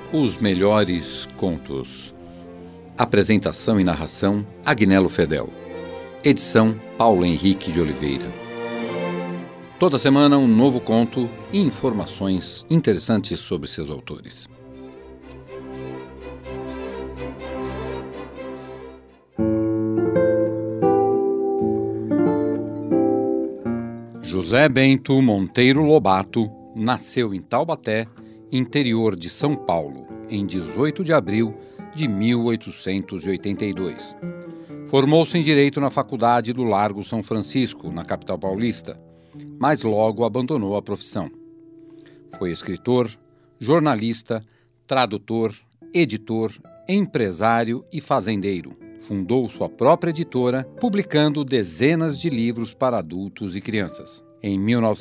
Os melhores contos. Apresentação e narração: Agnello Fedel. Edição: Paulo Henrique de Oliveira. Toda semana um novo conto e informações interessantes sobre seus autores. José Bento Monteiro Lobato nasceu em Taubaté, interior de São Paulo, em 18 de abril de 1882. Formou-se em Direito na Faculdade do Largo São Francisco, na capital paulista, mas logo abandonou a profissão. Foi escritor, jornalista, tradutor, editor, empresário e fazendeiro. Fundou sua própria editora, publicando dezenas de livros para adultos e crianças. Em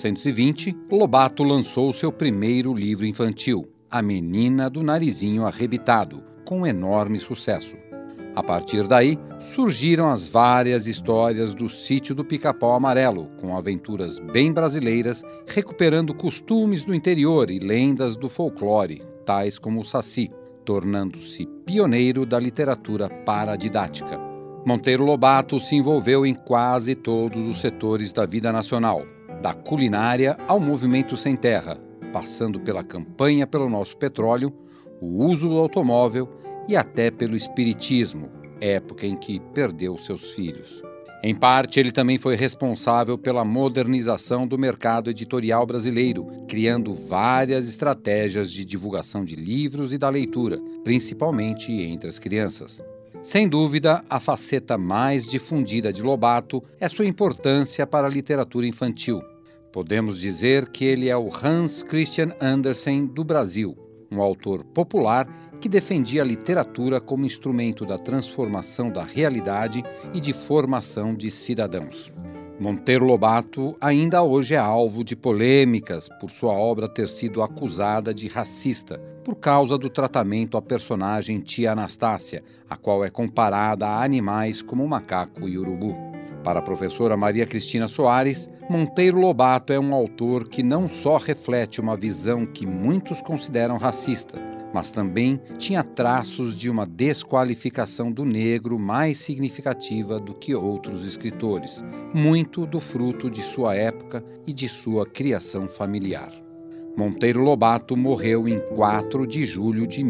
1920, Lobato lançou seu primeiro livro infantil, A Menina do Narizinho Arrebitado, com enorme sucesso. A partir daí, surgiram as várias histórias do Sítio do Pica-Pau Amarelo, com aventuras bem brasileiras, recuperando costumes do interior e lendas do folclore, tais como o Saci, tornando-se pioneiro da literatura paradidática. Monteiro Lobato se envolveu em quase todos os setores da vida nacional, da culinária ao movimento sem terra, passando pela campanha pelo nosso petróleo, o uso do automóvel e até pelo espiritismo, época em que perdeu seus filhos. Em parte, ele também foi responsável pela modernização do mercado editorial brasileiro, criando várias estratégias de divulgação de livros e da leitura, principalmente entre as crianças. Sem dúvida, a faceta mais difundida de Lobato é sua importância para a literatura infantil. Podemos dizer que ele é o Hans Christian Andersen do Brasil, um autor popular que defendia a literatura como instrumento da transformação da realidade e de formação de cidadãos. Monteiro Lobato ainda hoje é alvo de polêmicas por sua obra ter sido acusada de racista, por causa do tratamento à personagem Tia Anastácia, a qual é comparada a animais como o macaco e o urubu. Para a professora Maria Cristina Soares, Monteiro Lobato é um autor que não só reflete uma visão que muitos consideram racista, mas também tinha traços de uma desqualificação do negro mais significativa do que outros escritores, muito do fruto de sua época e de sua criação familiar. Monteiro Lobato morreu em 4 de julho de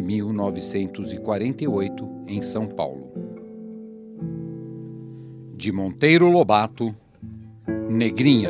1948, em São Paulo. De Monteiro Lobato, Negrinha.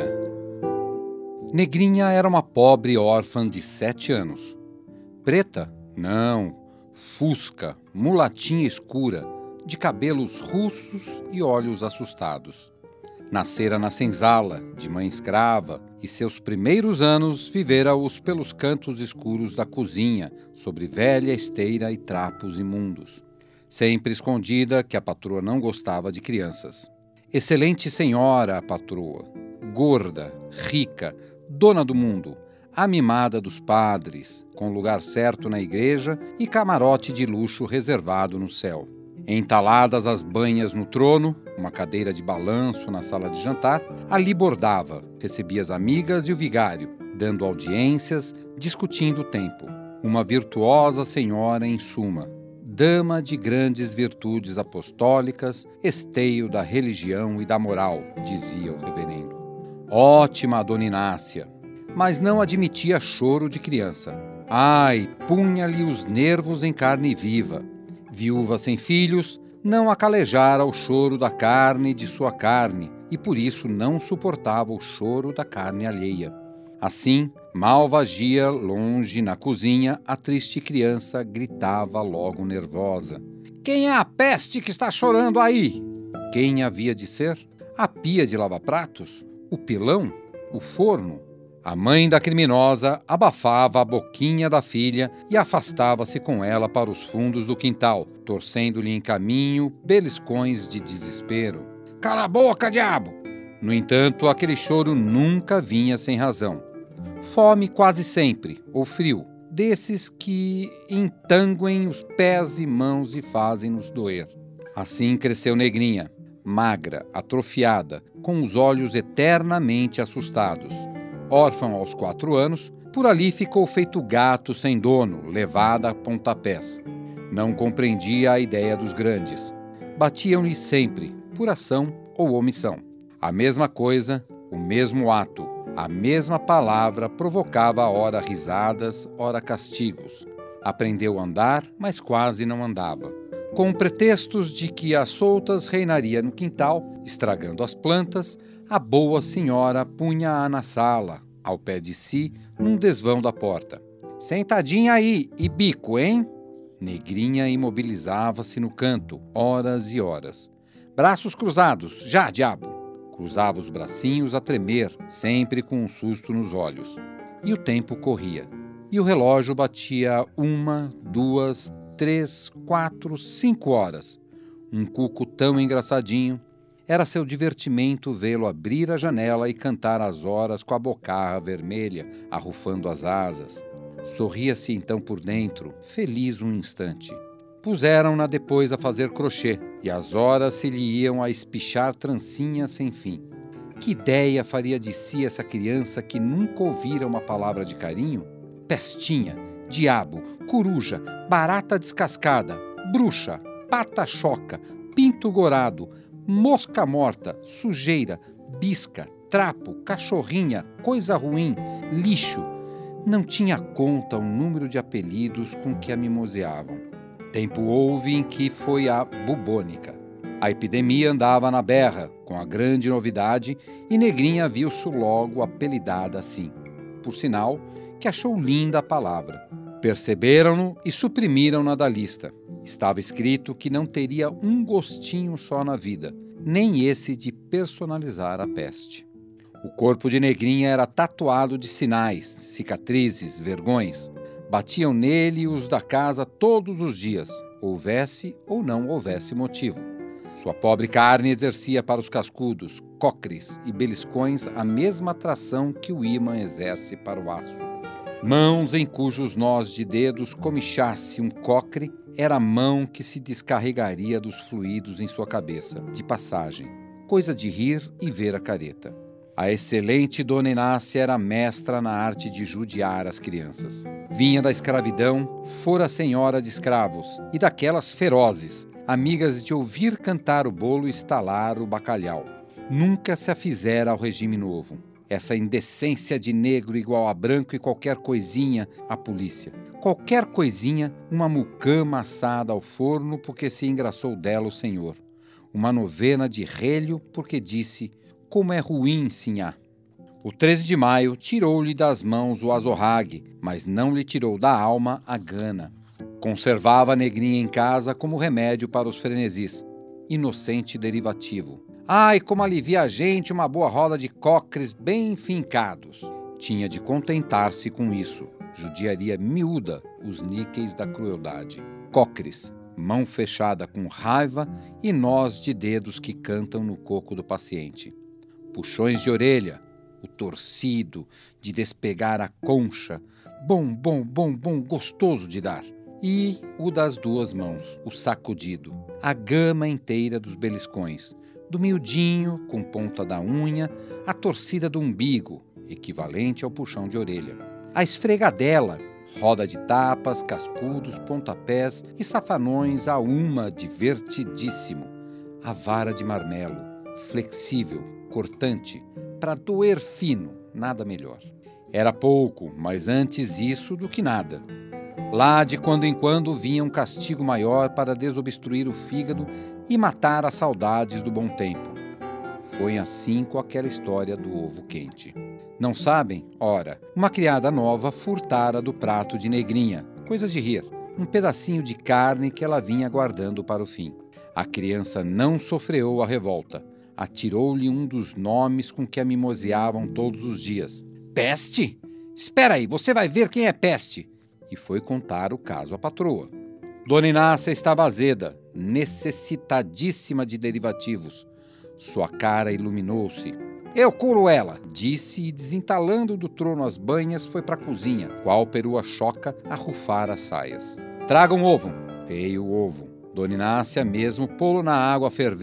Negrinha era uma pobre órfã de 7 anos. Preta? Não, fusca, mulatinha escura, de cabelos russos e olhos assustados. Nascera na senzala, de mãe escrava, e seus primeiros anos vivera-os pelos cantos escuros da cozinha, sobre velha esteira e trapos imundos. Sempre escondida, que a patroa não gostava de crianças. Excelente senhora a patroa, gorda, rica, dona do mundo, amimada dos padres, com lugar certo na igreja e camarote de luxo reservado no céu. Entaladas as banhas no trono, uma cadeira de balanço na sala de jantar, ali bordava, recebia as amigas e o vigário, dando audiências, discutindo o tempo. Uma virtuosa senhora em suma, dama de grandes virtudes apostólicas, esteio da religião e da moral, dizia o reverendo. Ótima a Dona Inácia, mas não admitia choro de criança. Ai, punha-lhe os nervos em carne viva. Viúva sem filhos, não acalejara o choro da carne de sua carne, e por isso não suportava o choro da carne alheia. Assim, mal vagia longe na cozinha, a triste criança gritava logo nervosa. Quem é a peste que está chorando aí? Quem havia de ser? A pia de lava-pratos? O pilão? O forno? A mãe da criminosa abafava a boquinha da filha e afastava-se com ela para os fundos do quintal, torcendo-lhe em caminho beliscões de desespero. Cala a boca, diabo! No entanto, aquele choro nunca vinha sem razão. Fome quase sempre, ou frio, desses que entanguem os pés e mãos e fazem-nos doer. Assim cresceu Negrinha, magra, atrofiada, com os olhos eternamente assustados. Órfão aos 4 anos, por ali ficou feito gato sem dono, levada a pontapés. Não compreendia a ideia dos grandes. Batiam-lhe sempre, por ação ou omissão. A mesma coisa, o mesmo ato, a mesma palavra provocava ora risadas, ora castigos. Aprendeu a andar, mas quase não andava. Com pretextos de que às soltas reinaria no quintal, estragando as plantas, a boa senhora punha-a na sala, ao pé de si, num desvão da porta. Sentadinha aí, e bico, hein? Negrinha imobilizava-se no canto, horas e horas. Braços cruzados, já, diabo! Cruzava os bracinhos a tremer, sempre com um susto nos olhos. E o tempo corria. E o relógio batia 1, 2, 3, 4, 5 horas. Um cuco tão engraçadinho. Era seu divertimento vê-lo abrir a janela e cantar as horas com a bocarra vermelha, arrufando as asas. Sorria-se então por dentro, feliz um instante. Puseram-na depois a fazer crochê, e as horas se lhe iam a espichar trancinhas sem fim. Que ideia faria de si essa criança que nunca ouvira uma palavra de carinho? Pestinha, diabo, coruja, barata descascada, bruxa, pata-choca, pinto gorado, mosca morta, sujeira, bisca, trapo, cachorrinha, coisa ruim, lixo. Não tinha conta o número de apelidos com que a mimoseavam. Tempo houve em que foi a bubônica. A epidemia andava na berra, com a grande novidade, e Negrinha viu-se logo apelidada assim. Por sinal, que achou linda a palavra. Perceberam-no e suprimiram-na da lista. Estava escrito que não teria um gostinho só na vida, nem esse de personalizar a peste. O corpo de Negrinha era tatuado de sinais, cicatrizes, vergões. Batiam nele os da casa todos os dias, houvesse ou não houvesse motivo. Sua pobre carne exercia para os cascudos, cocres e beliscões a mesma atração que o ímã exerce para o aço. Mãos em cujos nós de dedos comichasse um cocre era a mão que se descarregaria dos fluidos em sua cabeça, de passagem. Coisa de rir e ver a careta. A excelente Dona Inácia era mestra na arte de judiar as crianças. Vinha da escravidão, fora senhora de escravos, e daquelas ferozes, amigas de ouvir cantar o bolo e estalar o bacalhau. Nunca se afizera ao regime novo. Essa indecência de negro igual a branco e qualquer coisinha, a polícia. Qualquer coisinha, uma mucama assada ao forno porque se engraçou dela o senhor. Uma novena de relho porque disse: como é ruim, sinhá. O 13 de maio tirou-lhe das mãos o azorrague, mas não lhe tirou da alma a gana. Conservava a Negrinha em casa como remédio para os frenesis. Inocente derivativo. Ai, como alivia a gente uma boa roda de cocres bem fincados. Tinha de contentar-se com isso. Judiaria miúda os níqueis da crueldade. Cocres, mão fechada com raiva e nós de dedos que cantam no coco do paciente. Puxões de orelha, o torcido, de despegar a concha, bom, gostoso de dar. E o das duas mãos, o sacudido, a gama inteira dos beliscões, do miudinho, com ponta da unha, a torcida do umbigo, equivalente ao puxão de orelha. A esfregadela, roda de tapas, cascudos, pontapés e safanões a uma divertidíssimo. A vara de marmelo, flexível, cortante, para doer fino, nada melhor. Era pouco, mas antes isso do que nada. Lá de quando em quando vinha um castigo maior para desobstruir o fígado e matar as saudades do bom tempo. Foi assim com aquela história do ovo quente. Não sabem? Ora, uma criada nova furtara do prato de Negrinha, coisa de rir, um pedacinho de carne que ela vinha guardando para o fim. A criança não sofreou a revolta. Atirou-lhe um dos nomes com que a mimoseavam todos os dias. Peste? Espera aí, você vai ver quem é Peste. E foi contar o caso à patroa. Dona Inácia estava azeda, necessitadíssima de derivativos. Sua cara iluminou-se. Eu curo ela, disse e, desentalando do trono as banhas, foi para a cozinha, qual perua choca a rufar as saias. Traga um ovo. Veio o ovo. Dona Inácia mesmo pô-lo na água a ferver,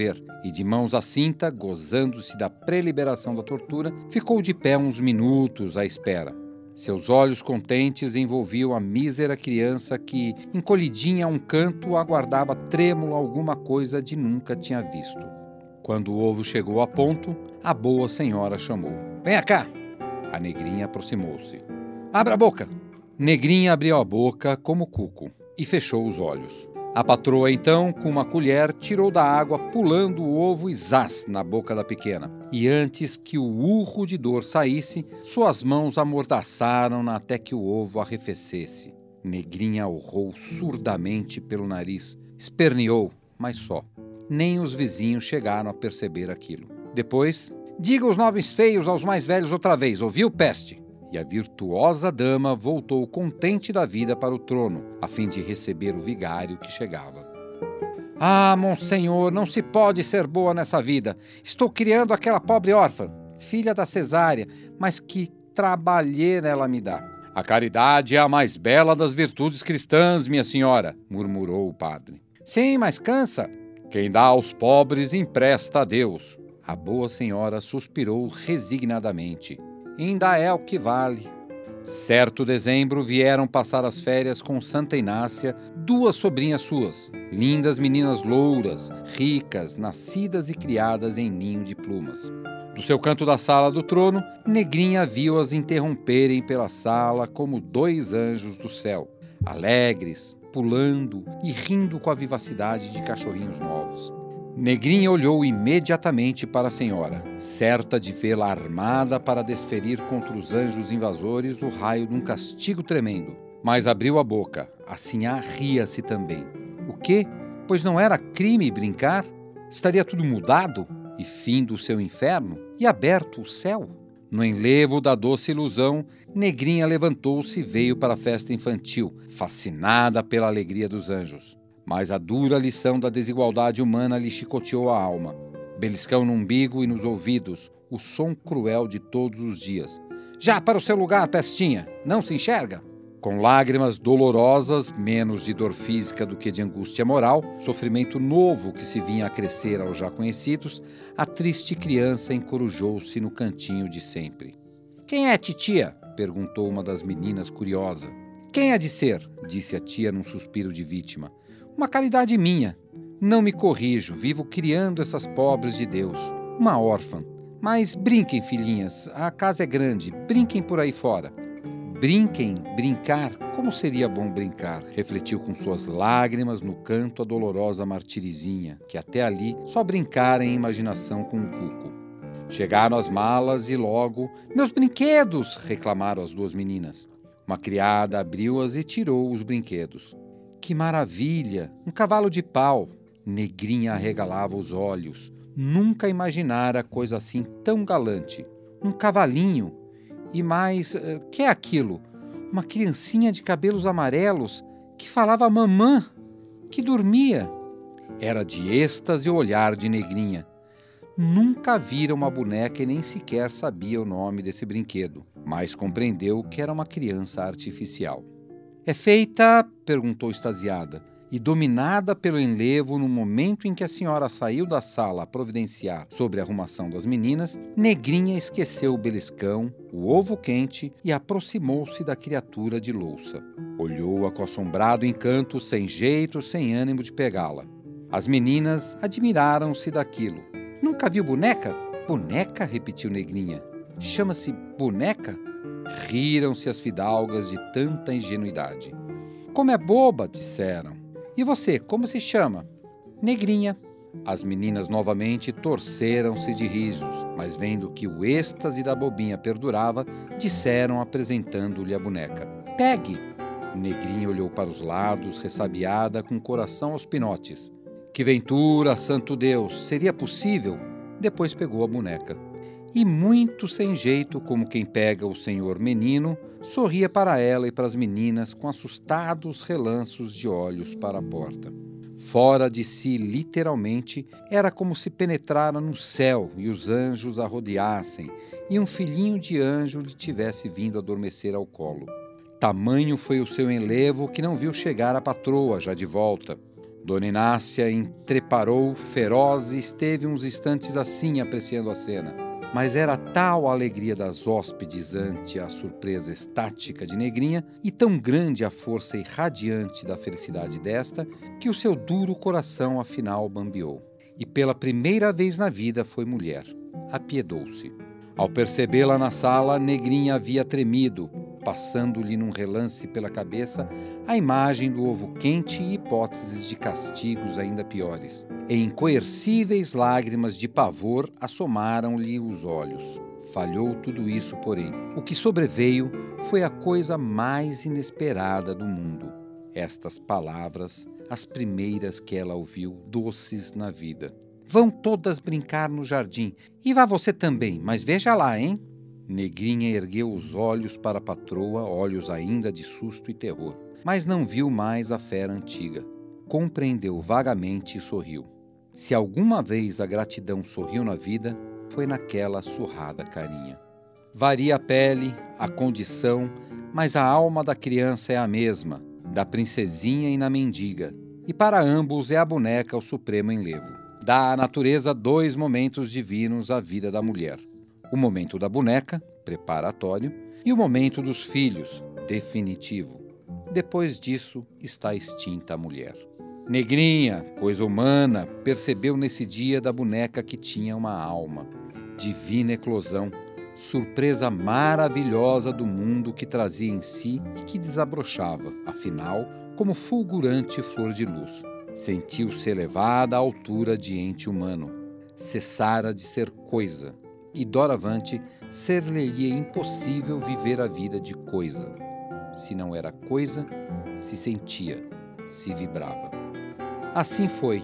e, de mãos à cinta, gozando-se da preliberação da tortura, ficou de pé uns minutos à espera. Seus olhos contentes envolviam a mísera criança que, encolhidinha a um canto, aguardava trêmulo alguma coisa de nunca tinha visto. Quando o ovo chegou a ponto, a boa senhora chamou. Venha cá! A negrinha aproximou-se. Abra a boca! Negrinha abriu a boca como cuco e fechou os olhos. A patroa, então, com uma colher, tirou da água, pulando o ovo e zás na boca da pequena. E antes que o urro de dor saísse, suas mãos amordaçaram-na até que o ovo arrefecesse. Negrinha urrou surdamente pelo nariz, esperneou, mas só. Nem os vizinhos chegaram a perceber aquilo. Depois, diga os nomes feios aos mais velhos outra vez, ouviu, peste? E a virtuosa dama voltou contente da vida para o trono, a fim de receber o vigário que chegava. Ah, monsenhor, não se pode ser boa nessa vida. Estou criando aquela pobre órfã, filha da cesárea, mas que trabalheira ela me dá. A caridade é a mais bela das virtudes cristãs, minha senhora, murmurou o padre. Sim, mas cansa. Quem dá aos pobres empresta a Deus. A boa senhora suspirou resignadamente. Ainda é o que vale. Certo dezembro vieram passar as férias com Santa Inácia 2 sobrinhas suas, lindas meninas louras, ricas, nascidas e criadas em ninho de plumas. Do seu canto da sala do trono, Negrinha viu-as interromperem pela sala como 2 anjos do céu, alegres, pulando e rindo com a vivacidade de cachorrinhos novos. Negrinha olhou imediatamente para a senhora, certa de vê-la armada para desferir contra os anjos invasores o raio de um castigo tremendo. Mas abriu a boca, a sinhá ria-se também. O quê? Pois não era crime brincar? Estaria tudo mudado? E fim do seu inferno? E aberto o céu? No enlevo da doce ilusão, Negrinha levantou-se e veio para a festa infantil, fascinada pela alegria dos anjos. Mas a dura lição da desigualdade humana lhe chicoteou a alma. Beliscão no umbigo e nos ouvidos, o som cruel de todos os dias. Já para o seu lugar, pestinha! Não se enxerga? Com lágrimas dolorosas, menos de dor física do que de angústia moral, sofrimento novo que se vinha a crescer aos já conhecidos, a triste criança encorujou-se no cantinho de sempre. Quem é titia? Perguntou uma das meninas curiosa. Quem há de ser? Disse a tia num suspiro de vítima. Uma caridade minha. Não me corrijo, vivo criando essas pobres de Deus. Uma órfã. Mas brinquem, filhinhas, a casa é grande, brinquem por aí fora. Brinquem, brincar, como seria bom brincar, refletiu com suas lágrimas no canto a dolorosa martirizinha, que até ali só brincara em imaginação com o cuco. Chegaram as malas e logo, meus brinquedos, reclamaram as 2 meninas. Uma criada abriu-as e tirou os brinquedos. Que maravilha! Um cavalo de pau! Negrinha arregalava os olhos. Nunca imaginara coisa assim tão galante. Um cavalinho. E mais, que é aquilo? Uma criancinha de cabelos amarelos que falava mamã, que dormia. Era de êxtase o olhar de Negrinha. Nunca vira uma boneca e nem sequer sabia o nome desse brinquedo, mas compreendeu que era uma criança artificial. É feita, perguntou extasiada, e dominada pelo enlevo no momento em que a senhora saiu da sala a providenciar sobre a arrumação das meninas, Negrinha esqueceu o beliscão, o ovo quente e aproximou-se da criatura de louça. Olhou-a com assombrado encanto, sem jeito, sem ânimo de pegá-la. As meninas admiraram-se daquilo. Nunca viu boneca? Boneca? Repetiu Negrinha. Chama-se boneca? Riram-se as fidalgas de tanta ingenuidade. Como é boba, disseram. E você, como se chama? Negrinha. As meninas novamente torceram-se de risos, mas vendo que o êxtase da bobinha perdurava, disseram apresentando-lhe a boneca. Pegue! Negrinha olhou para os lados, ressabiada, com o coração aos pinotes. Que ventura, santo Deus! Seria possível? Depois pegou a boneca. E muito sem jeito, como quem pega o senhor menino, sorria para ela e para as meninas com assustados relanços de olhos para a porta. Fora de si, literalmente, era como se penetrara no céu e os anjos a rodeassem e um filhinho de anjo lhe tivesse vindo adormecer ao colo. Tamanho foi o seu enlevo que não viu chegar a patroa, já de volta. Dona Inácia entreparou feroz e esteve uns instantes assim apreciando a cena. Mas era tal a alegria das hóspedes ante a surpresa estática de Negrinha e tão grande a força irradiante da felicidade desta, que o seu duro coração afinal bambeou. E pela primeira vez na vida foi mulher. Apiedou-se. Ao percebê-la na sala, Negrinha havia tremido, passando-lhe num relance pela cabeça a imagem do ovo quente e hipóteses de castigos ainda piores. E incoercíveis lágrimas de pavor assomaram-lhe os olhos. Falhou tudo isso, porém. O que sobreveio foi a coisa mais inesperada do mundo. Estas palavras, as primeiras que ela ouviu, doces na vida. Vão todas brincar no jardim. E vá você também, mas veja lá, hein? Negrinha ergueu os olhos para a patroa, olhos ainda de susto e terror. Mas não viu mais a fera antiga. Compreendeu vagamente e sorriu. Se alguma vez a gratidão sorriu na vida, foi naquela surrada carinha. Varia a pele, a condição, mas a alma da criança é a mesma, da princesinha e na mendiga. E para ambos é a boneca o supremo enlevo. Dá à natureza 2 momentos divinos à vida da mulher. O momento da boneca, preparatório, e o momento dos filhos, definitivo. Depois disso, está extinta a mulher. Negrinha, coisa humana, percebeu nesse dia da boneca que tinha uma alma. Divina eclosão, surpresa maravilhosa do mundo que trazia em si e que desabrochava, afinal, como fulgurante flor de luz. Sentiu-se elevada à altura de ente humano. Cessara de ser coisa. E doravante ser-lhe-ia impossível viver a vida de coisa. Se não era coisa, se sentia, se vibrava. Assim foi,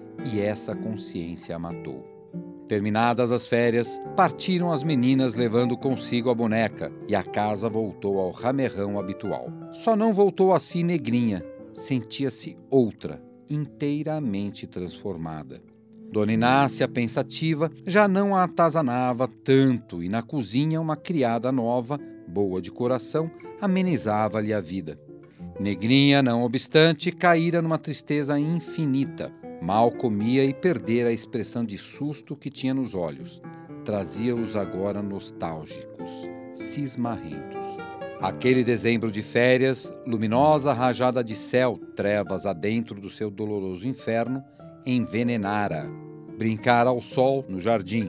e essa consciência a matou. Terminadas as férias, partiram as meninas levando consigo a boneca, e a casa voltou ao ramerrão habitual. Só não voltou a si Negrinha, sentia-se outra, inteiramente transformada. Dona Inácia, pensativa, já não a atazanava tanto e na cozinha uma criada nova, boa de coração, amenizava-lhe a vida. Negrinha, não obstante, caíra numa tristeza infinita. Mal comia e perdera a expressão de susto que tinha nos olhos. Trazia-os agora nostálgicos, cismarrentos. Aquele dezembro de férias, luminosa rajada de céu, trevas adentro do seu doloroso inferno, envenenara. Brincara ao sol no jardim.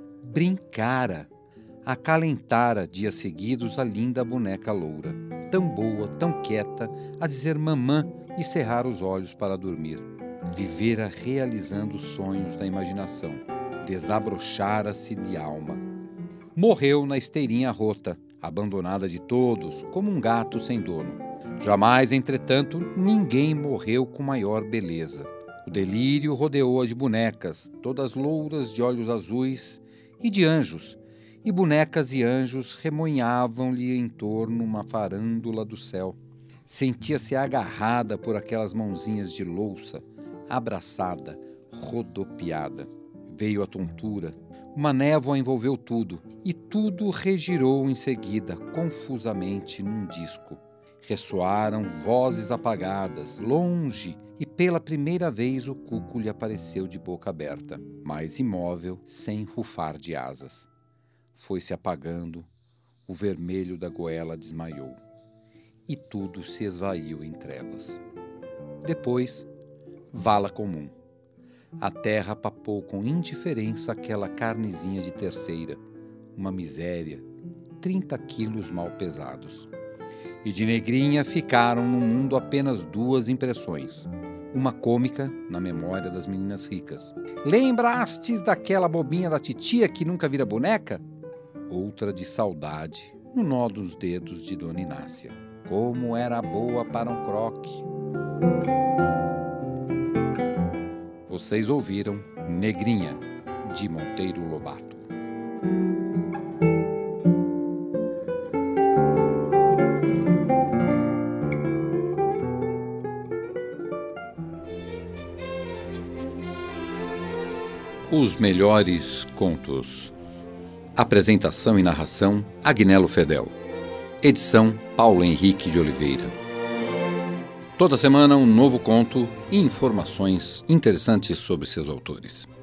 Brincara. Acalentara dias seguidos a linda boneca loura, tão boa, tão quieta, a dizer mamã e cerrar os olhos para dormir. Vivera realizando os sonhos da imaginação. Desabrochara-se de alma. Morreu na esteirinha rota, abandonada de todos, como um gato sem dono. Jamais, entretanto, ninguém morreu com maior beleza. O delírio rodeou-a de bonecas, todas louras de olhos azuis, e de anjos, e bonecas e anjos remoinhavam-lhe em torno uma farândula do céu. Sentia-se agarrada por aquelas mãozinhas de louça, abraçada, rodopiada. Veio a tontura, uma névoa envolveu tudo, e tudo regirou em seguida, confusamente, num disco. Ressoaram vozes apagadas, longe, e pela primeira vez o cuco lhe apareceu de boca aberta, mas imóvel, sem rufar de asas. Foi-se apagando, o vermelho da goela desmaiou, e tudo se esvaiu em trevas. Depois, vala comum. A terra papou com indiferença aquela carnezinha de terceira, uma miséria, 30 quilos mal pesados. E de Negrinha ficaram no mundo apenas 2 impressões. Uma cômica, na memória das meninas ricas. Lembrastes daquela bobinha da titia que nunca vira boneca? Outra de saudade, no nó dos dedos de Dona Inácia. Como era boa para um croque. Vocês ouviram Negrinha, de Monteiro Lobato. Os melhores contos. Apresentação e narração, Agnello Fedel. Edição, Paulo Henrique de Oliveira. Toda semana um novo conto e informações interessantes sobre seus autores.